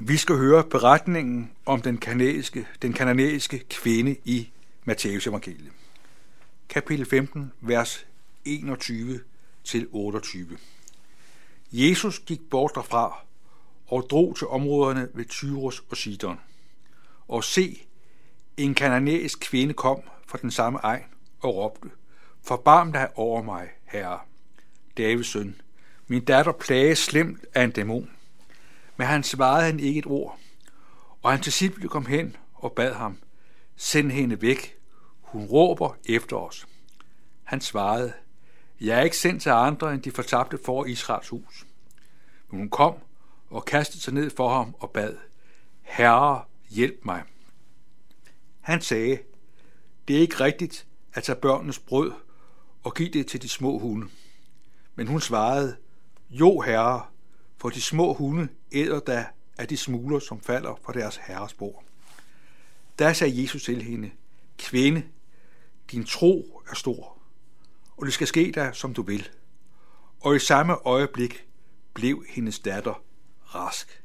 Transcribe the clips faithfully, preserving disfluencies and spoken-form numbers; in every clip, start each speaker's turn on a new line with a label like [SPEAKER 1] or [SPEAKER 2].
[SPEAKER 1] Vi skal høre beretningen om den kanadiske, den kananæiske kvinde i Matteus evangeliet. Kapitel femten, vers enogtyve til otteogtyve. Jesus gik bort derfra og drog til områderne ved Tyrus og Sidon. Og se, en kananæisk kvinde kom fra den samme egn og råbte: Forbarm dig over mig, Herre, Davids søn. Min datter plages slemt af en dæmon. Men han svarede han ikke et ord, og hans disciple kom hen og bad ham: Send hende væk, hun råber efter os. Han svarede: Jeg er ikke sendt til andre end de fortabte for Israels hus. Men hun kom og kastede sig ned for ham og bad: Herre, hjælp mig. Han sagde: Det er ikke rigtigt at tage børnenes brød og give det til de små hunde. Men hun svarede: Jo, herre, for de små hunde æder da af de smugler, som falder fra deres herres bord. Der sagde Jesus til hende: Kvinde, din tro er stor, og det skal ske dig, som du vil. Og i samme øjeblik blev hendes datter rask.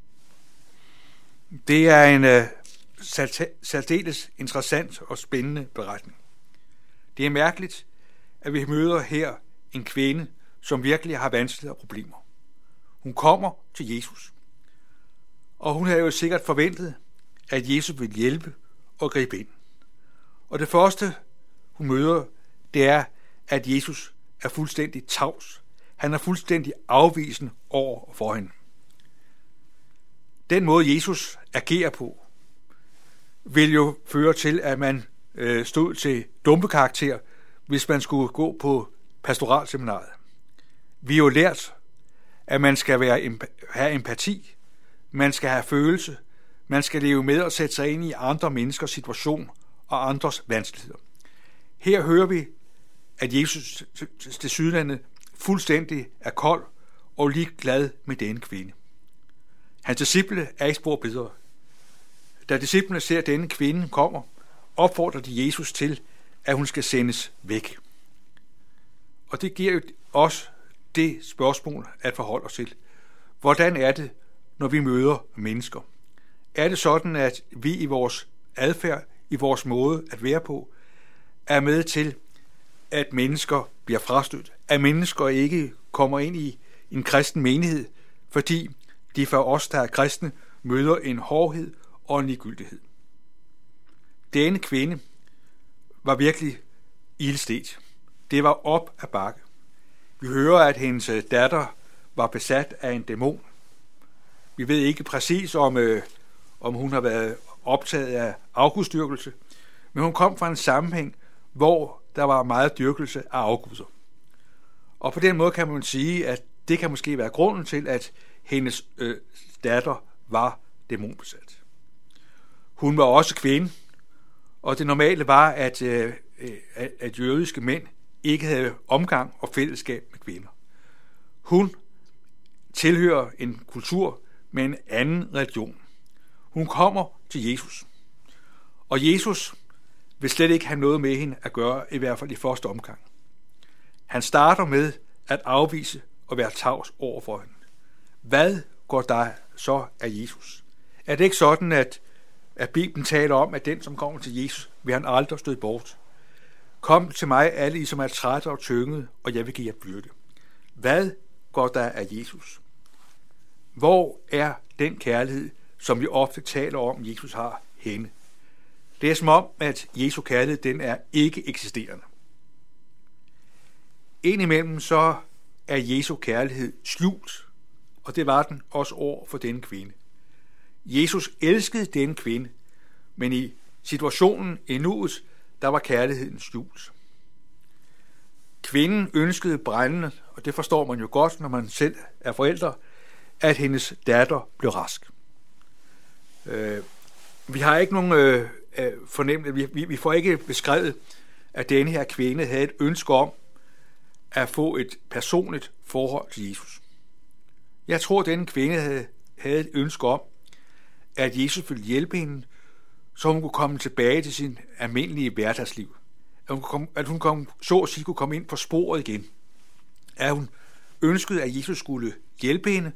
[SPEAKER 1] Det er en uh, særdeles interessant og spændende beretning. Det er mærkeligt, at vi møder her en kvinde, som virkelig har vanskelige problemer. Hun kommer til Jesus, og hun havde jo sikkert forventet, at Jesus ville hjælpe og gribe ind. Og det første, hun møder, det er, at Jesus er fuldstændig tavs. Han er fuldstændig afvisende over for hende. Den måde, Jesus agerer på, vil jo føre til, at man øh, stod til dumpekarakter, hvis man skulle gå på pastoralseminariet. Vi har jo lært, at man skal være, have empati, man skal have følelse, man skal leve med og sætte sig ind i andre menneskers situation og andres vanskeligheder. Her hører vi, at Jesus til sydlandet fuldstændig er kold og ligeglad med denne kvinde. Hans disciple er ikke spor bedre. Da disciplene ser, at denne kvinde kommer, opfordrer de Jesus til, at hun skal sendes væk. Og det giver jo os det spørgsmål at forholde os til. Hvordan er det, når vi møder mennesker? Er det sådan, at vi i vores adfærd, i vores måde at være på, er med til, at mennesker bliver frastødt? At mennesker ikke kommer ind i en kristen menighed, fordi de for os, der er kristne, møder en hårdhed og en ligegyldighed. Denne kvinde var virkelig ildstedt. Det var op ad bakke. Vi hører, at hendes datter var besat af en dæmon. Vi ved ikke præcis, om, øh, om hun har været optaget af afgudsdyrkelse, men hun kom fra en sammenhæng, hvor der var meget dyrkelse af afguder. Og på den måde kan man sige, at det kan måske være grunden til, at hendes øh, datter var dæmonbesat. Hun var også kvinde, og det normale var, at, øh, at, at jødiske mænd ikke havde omgang og fællesskab med kvinder. Hun tilhører en kultur med en anden religion. Hun kommer til Jesus. Og Jesus vil slet ikke have noget med hende at gøre, i hvert fald i første omgang. Han starter med at afvise og være tavs over for hende. Hvad går der så af Jesus? Er det ikke sådan, at, at Bibelen taler om, at den, som kommer til Jesus, vil han aldrig støde bort? Kom til mig, alle I, som er trætte og tyngede, og jeg vil give jer byrde. Hvad går der af Jesus? Hvor er den kærlighed, som vi ofte taler om, Jesus har henne? Det er som om, at Jesu kærlighed, den er ikke eksisterende. Indimellem så er Jesu kærlighed skjult, og det var den også over for denne kvinde. Jesus elskede denne kvinde, men i situationen i nuet, der var kærligheden skjult. Kvinden ønskede brændende, og det forstår man jo godt, når man selv er forældre, at hendes datter blev rask. Øh, vi har ikke nogen øh, fornemmelse, vi, vi, vi får ikke beskrevet, at denne her kvinde havde et ønske om at få et personligt forhold til Jesus. Jeg tror, at denne kvinde havde, havde et ønske om, at Jesus ville hjælpe hende, så hun kunne komme tilbage til sin almindelige hverdagsliv. At hun, kom, at hun kom, så at sige, kunne komme ind på sporet igen. At hun ønskede, at Jesus skulle hjælpe hende,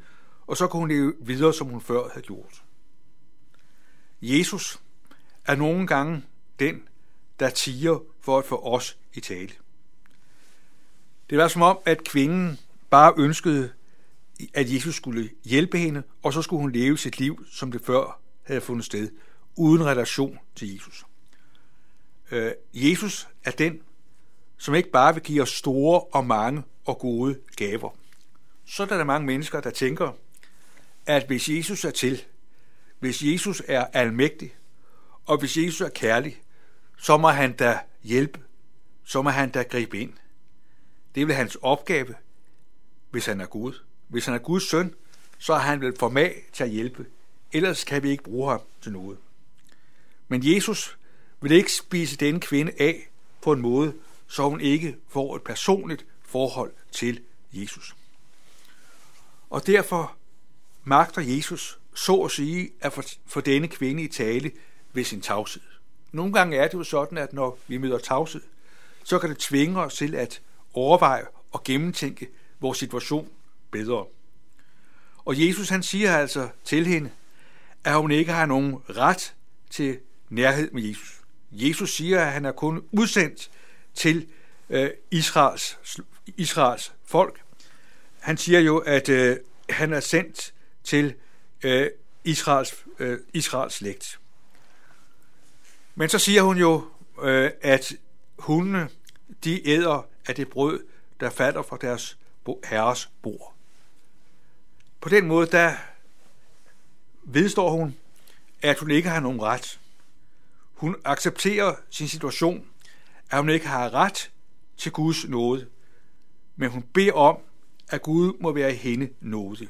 [SPEAKER 1] og så kunne hun leve videre, som hun før havde gjort. Jesus er nogle gange den, der tiger for at få os i tale. Det var som om, at kvinden bare ønskede, at Jesus skulle hjælpe hende, og så skulle hun leve sit liv, som det før havde fundet sted, uden relation til Jesus. Øh, Jesus er den, som ikke bare vil give os store og mange og gode gaver. Så er der mange mennesker, der tænker, at hvis Jesus er til, hvis Jesus er almægtig, og hvis Jesus er kærlig, så må han da hjælpe, så må han da gribe ind. Det er vel hans opgave, hvis han er Gud. Hvis han er Guds søn, så er han vel formag til at hjælpe. Ellers kan vi ikke bruge ham til noget. Men Jesus vil ikke spise denne kvinde af på en måde, så hun ikke får et personligt forhold til Jesus. Og derfor magter Jesus, så at sige, at få denne kvinde i tale ved sin tavshed. Nogle gange er det jo sådan, at når vi møder tavshed, så kan det tvinge os til at overveje og gennemtænke vores situation bedre. Og Jesus han siger altså til hende, at hun ikke har nogen ret til nærhed med Jesus. Jesus siger, at han er kun udsendt til øh, Israels, Israels folk. Han siger jo, at øh, han er sendt til øh, Israels, øh, Israels slægt. Men så siger hun jo, øh, at hundene, de æder af det brød, der falder fra deres herres bord. På den måde, der vedstår hun, at hun ikke har nogen ret. Hun accepterer sin situation, at hun ikke har ret til Guds nåde, men hun beder om, at Gud må være hende nåde.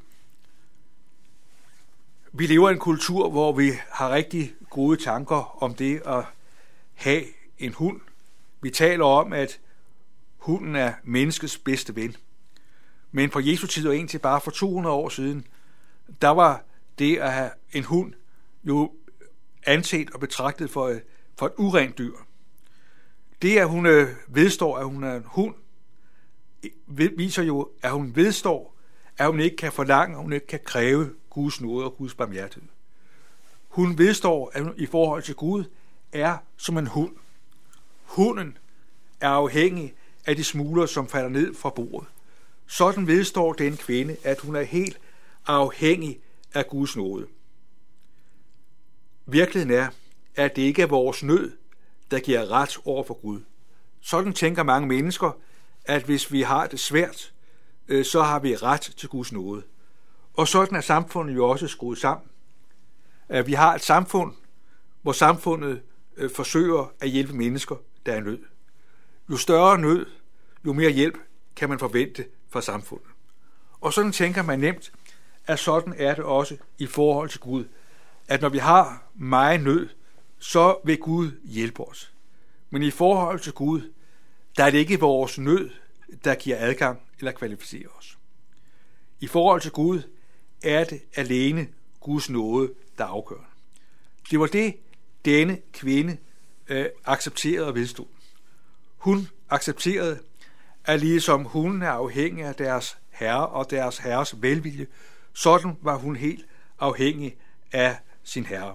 [SPEAKER 1] Vi lever i en kultur, hvor vi har rigtig gode tanker om det at have en hund. Vi taler om, at hunden er menneskets bedste ven. Men på Jesu tid og indtil bare for to hundrede år siden, der var det at have en hund jo anset og betragtet for et, for et urent dyr. Det, at hun vedstår, at hun er en hund, viser jo, at hun vedstår, at hun ikke kan forlange, at hun ikke kan kræve Guds nåde og Guds barmhjertighed. Hun vedstår, at hun i forhold til Gud er som en hund. Hunden er afhængig af de smugler, som falder ned fra bordet. Sådan vedstår den kvinde, at hun er helt afhængig af Guds nåde. Virkeligheden er, at det ikke er vores nød, der giver ret over for Gud. Sådan tænker mange mennesker, at hvis vi har det svært, så har vi ret til Guds nåde. Og sådan er samfundet jo også skruet sammen. Vi har et samfund, hvor samfundet forsøger at hjælpe mennesker, der er i nød. Jo større nød, jo mere hjælp kan man forvente fra samfundet. Og sådan tænker man nemt, at sådan er det også i forhold til Gud. At når vi har meget nød, så vil Gud hjælpe os. Men i forhold til Gud, der er det ikke vores nød, der giver adgang eller kvalificerer os. I forhold til Gud er det alene Guds nåde, der afgør. Det var det, denne kvinde øh, accepterede og vedstod. Hun accepterede, at ligesom hun er afhængig af deres herre og deres herres velvilje, sådan var hun helt afhængig af sin herre.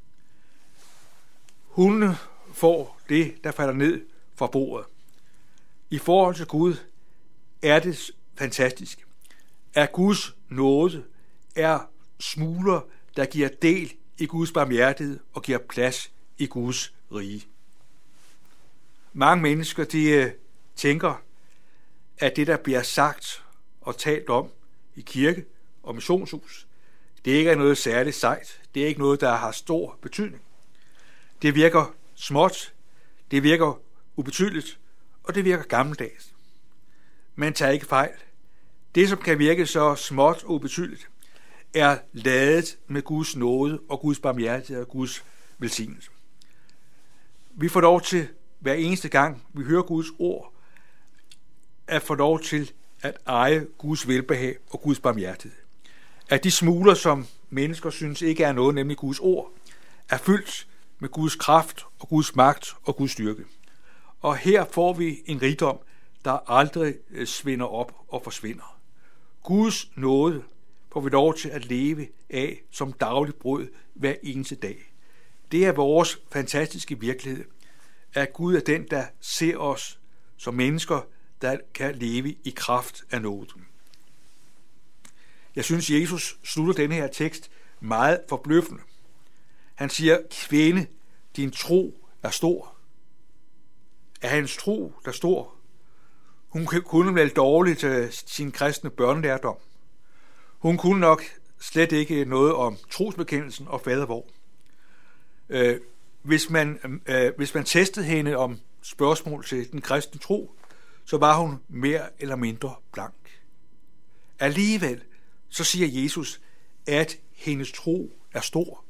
[SPEAKER 1] Hun får det, der falder ned fra bordet. I forhold til Gud er det fantastisk, at Guds nåde er smugler, der giver del i Guds barmhjertighed og giver plads i Guds rige. Mange mennesker, de tænker, at det, der bliver sagt og talt om i kirke og missionshus, det ikke er noget særligt sejt. Det er ikke noget, der har stor betydning. Det virker småt, det virker ubetydeligt, og det virker gammeldags. Men tag ikke fejl. Det, som kan virke så småt og ubetydeligt, er ladet med Guds nåde og Guds barmhjertighed og Guds velsignelse. Vi får lov til, hver eneste gang vi hører Guds ord, at få lov til at eje Guds velbehag og Guds barmhjertighed. At de smugler, som mennesker synes ikke er noget, nemlig Guds ord, er fyldt med Guds kraft og Guds magt og Guds styrke. Og her får vi en rigdom, der aldrig svinder op og forsvinder. Guds nåde får vi lov til at leve af som dagligt brød hver eneste dag. Det er vores fantastiske virkelighed, at Gud er den, der ser os som mennesker, der kan leve i kraft af nåden. Jeg synes, Jesus slutter denne her tekst meget forbløffende. Han siger, kvinde, din tro er stor. Er hans tro der stor? Hun kunne vel dårligt til sin kristne børnelærdom. Hun kunne nok slet ikke noget om trosbekendelsen og fadervor. Øh, hvis, man, øh, hvis man testede hende om spørgsmål til den kristne tro, så var hun mere eller mindre blank. Alligevel så siger Jesus, at hendes tro er stor.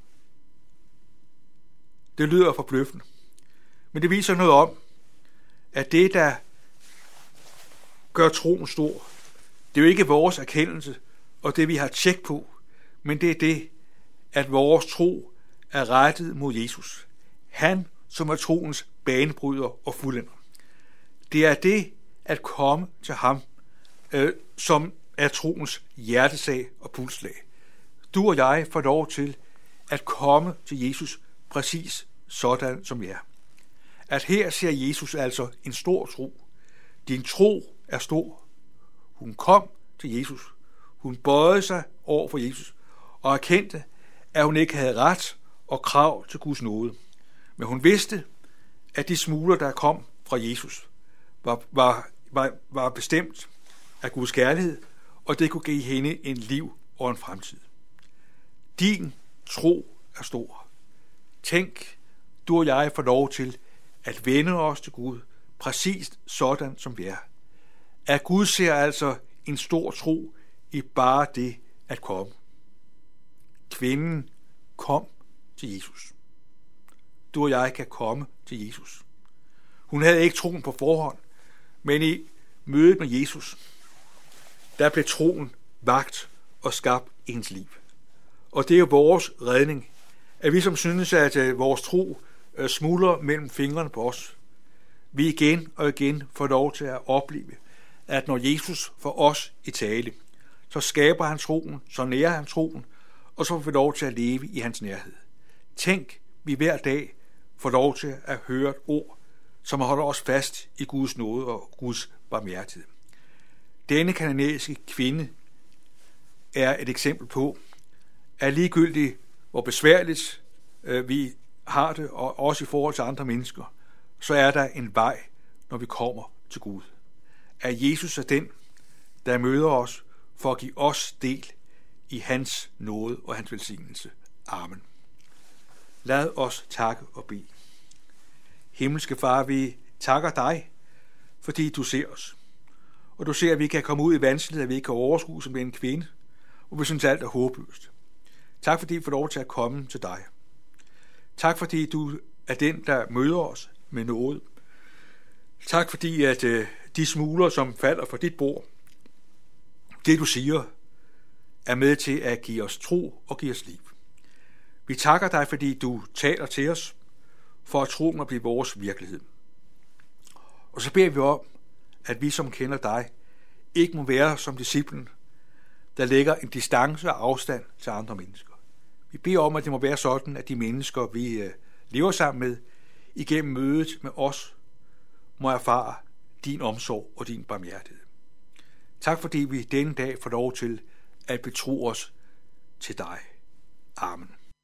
[SPEAKER 1] Det lyder forbløffende. Men det viser noget om, at det, der gør troen stor, det er jo ikke vores erkendelse og det, vi har tjek på, men det er det, at vores tro er rettet mod Jesus. Han, som er troens banebryder og fuldender. Det er det at komme til ham, øh, som er troens hjertesag og pulslag. Du og jeg får lov til at komme til Jesus præcis sådan, som vi er. At her ser Jesus altså en stor tro. Din tro er stor. Hun kom til Jesus. Hun bøjede sig over for Jesus og erkendte, at hun ikke havde ret og krav til Guds nåde. Men hun vidste, at de smugler, der kom fra Jesus, var, var, var, var bestemt af Guds kærlighed, og det kunne give hende en liv og en fremtid. Din tro er stor. Tænk, du og jeg får lov til at vende os til Gud, præcis sådan som vi er. At Gud ser altså en stor tro i bare det at komme. Kvinden kom til Jesus. Du og jeg kan komme til Jesus. Hun havde ikke troen på forhånd, men i mødet med Jesus, der blev troen vakt og skabt i hendes liv. Og det er jo vores redning, at vi som synes, at vores tro smuldrer mellem fingrene på os, vi igen og igen får lov til at opleve, at når Jesus får os i tale, så skaber han troen, så nærer han troen, og så får vi lov til at leve i hans nærhed. Tænk, vi hver dag får lov til at høre et ord, som holder os fast i Guds nåde og Guds barmhjertighed. Denne kananæiske kvinde er et eksempel på, at ligegyldigt hvor besværligt øh, vi har det, og også i forhold til andre mennesker, så er der en vej, når vi kommer til Gud. At Jesus er den, der møder os for at give os del i hans nåde og hans velsignelse. Amen. Lad os takke og bede. Himmelske Far, vi takker dig, fordi du ser os. Og du ser, at vi kan komme ud i vanskeligheder, at vi ikke kan overskue som en kvinde, og vi synes alt er håbløst. Tak fordi vi får lov til at komme til dig. Tak fordi du er den, der møder os med noget. Tak fordi at øh, de smugler, som falder fra dit bord, det du siger, er med til at give os tro og give os liv. Vi takker dig, fordi du taler til os, for at troen må blive vores virkelighed. Og så beder vi om, at vi som kender dig, ikke må være som disciplen, der lægger en distance og afstand til andre mennesker. Vi beder om, at det må være sådan, at de mennesker, vi lever sammen med, igennem mødet med os, må erfare din omsorg og din barmhjertighed. Tak fordi vi denne dag får lov til at betro os til dig. Amen.